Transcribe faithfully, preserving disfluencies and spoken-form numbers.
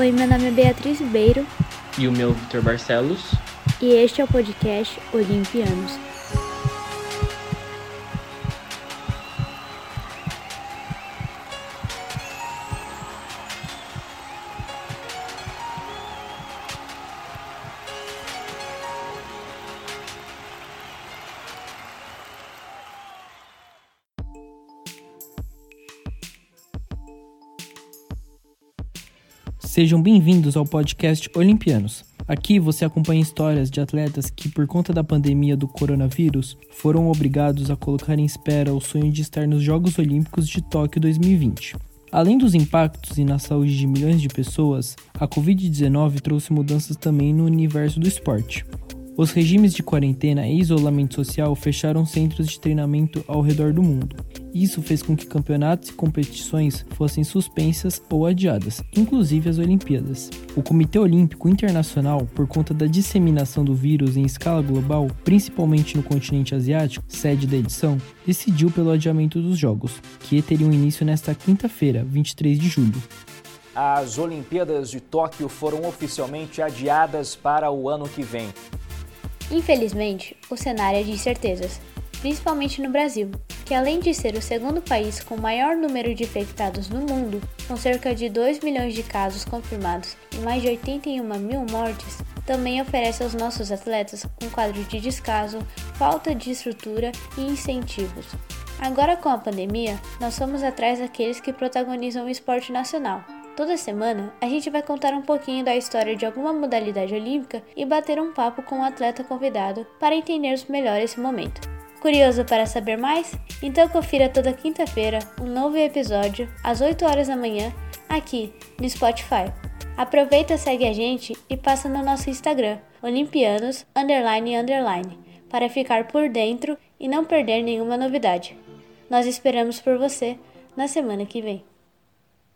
Oi, meu nome é Beatriz Ribeiro. E o meu Vitor Barcelos. E este é o podcast Olimpianos. Sejam bem-vindos ao podcast Olimpianos. Aqui você acompanha histórias de atletas que, por conta da pandemia do coronavírus, foram obrigados a colocar em espera o sonho de estar nos Jogos Olímpicos de Tóquio dois mil e vinte. Além dos impactos na saúde de milhões de pessoas, a covid dezenove trouxe mudanças também no universo do esporte. Os regimes de quarentena e isolamento social fecharam centros de treinamento ao redor do mundo. Isso fez com que campeonatos e competições fossem suspensas ou adiadas, inclusive as Olimpíadas. O Comitê Olímpico Internacional, por conta da disseminação do vírus em escala global, principalmente no continente asiático, sede da edição, decidiu pelo adiamento dos Jogos, que teriam início nesta quinta-feira, vinte e três de julho. As Olimpíadas de Tóquio foram oficialmente adiadas para o ano que vem. Infelizmente, o cenário é de incertezas, principalmente no Brasil, que além de ser o segundo país com maior número de infectados no mundo, com cerca de dois milhões de casos confirmados e mais de oitenta e uma mil mortes, também oferece aos nossos atletas um quadro de descaso, falta de estrutura e incentivos. Agora com a pandemia, nós fomos atrás daqueles que protagonizam o esporte nacional. Toda semana, a gente vai contar um pouquinho da história de alguma modalidade olímpica e bater um papo com o atleta convidado para entendermos melhor esse momento. Curioso para saber mais? Então confira toda quinta-feira um novo episódio, às oito horas da manhã, aqui no Spotify. Aproveita, segue a gente e passa no nosso Instagram, Olimpianos, underline, underline, para ficar por dentro e não perder nenhuma novidade. Nós esperamos por você na semana que vem.